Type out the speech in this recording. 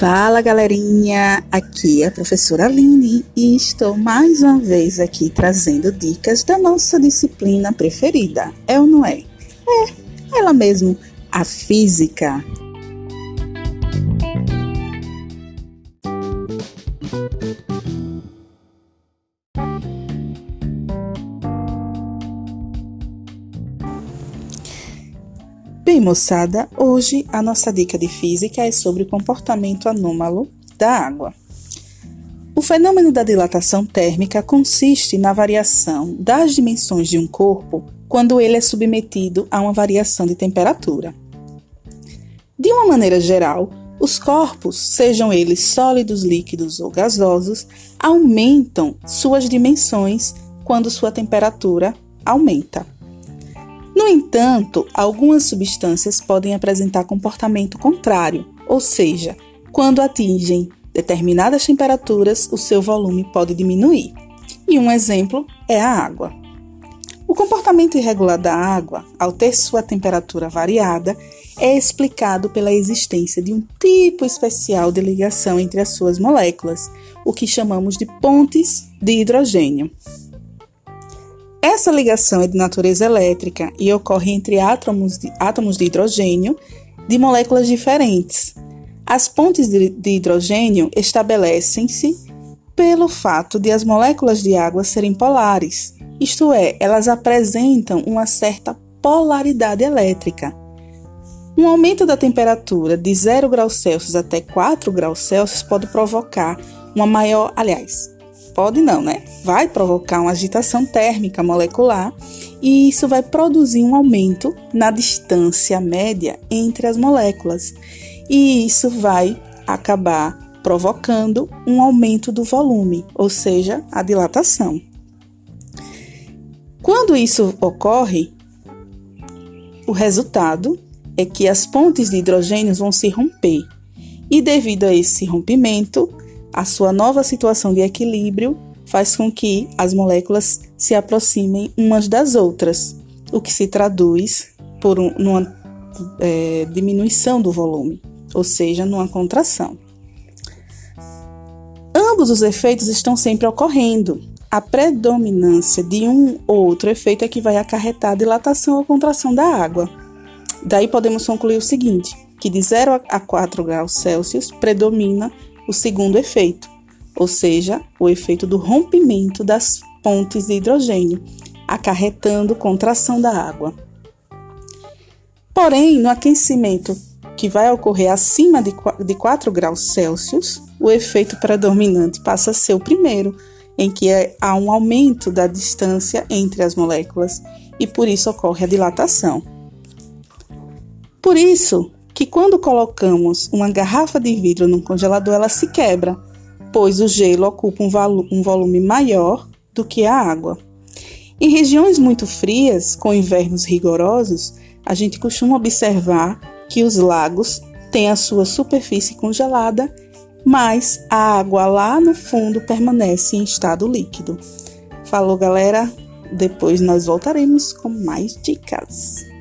Fala, galerinha! Aqui é a professora Aline e estou mais uma vez aqui trazendo dicas da nossa disciplina preferida. É ou não é? É, ela mesmo, a física. Bem, moçada, hoje a nossa dica de física é sobre o comportamento anômalo da água. O fenômeno da dilatação térmica consiste na variação das dimensões de um corpo quando ele é submetido a uma variação de temperatura. De uma maneira geral, os corpos, sejam eles sólidos, líquidos ou gasosos, aumentam suas dimensões quando sua temperatura aumenta. No entanto, algumas substâncias podem apresentar comportamento contrário, ou seja, quando atingem determinadas temperaturas, o seu volume pode diminuir. E um exemplo é a água. O comportamento irregular da água, ao ter sua temperatura variada, é explicado pela existência de um tipo especial de ligação entre as suas moléculas, o que chamamos de pontes de hidrogênio. Essa ligação é de natureza elétrica e ocorre entre átomos de hidrogênio de moléculas diferentes. As pontes de hidrogênio estabelecem-se pelo fato de as moléculas de água serem polares, isto é, elas apresentam uma certa polaridade elétrica. Um aumento da temperatura de 0 graus Celsius até 4 graus Celsius pode provocar uma maior, pode não, né? Vai provocar uma agitação térmica molecular e isso vai produzir um aumento na distância média entre as moléculas. E isso vai acabar provocando um aumento do volume, ou seja, a dilatação. Quando isso ocorre, o resultado é que as pontes de hidrogênio vão se romper. E devido a esse rompimento, a sua nova situação de equilíbrio faz com que as moléculas se aproximem umas das outras, o que se traduz por numa diminuição do volume, ou seja, numa contração. Ambos os efeitos estão sempre ocorrendo. A predominância de um ou outro efeito é que vai acarretar a dilatação ou contração da água. Daí podemos concluir o seguinte, que de 0 a 4 graus Celsius predomina o segundo efeito, ou seja, o efeito do rompimento das pontes de hidrogênio, acarretando contração da água. Porém, no aquecimento que vai ocorrer acima de 4 graus Celsius, o efeito predominante passa a ser o primeiro, em que há um aumento da distância entre as moléculas e por isso ocorre a dilatação. Por isso, que quando colocamos uma garrafa de vidro no congelador, ela se quebra, pois o gelo ocupa um volume maior do que a água. Em regiões muito frias, com invernos rigorosos, a gente costuma observar que os lagos têm a sua superfície congelada, mas a água lá no fundo permanece em estado líquido. Falou, galera? Depois nós voltaremos com mais dicas.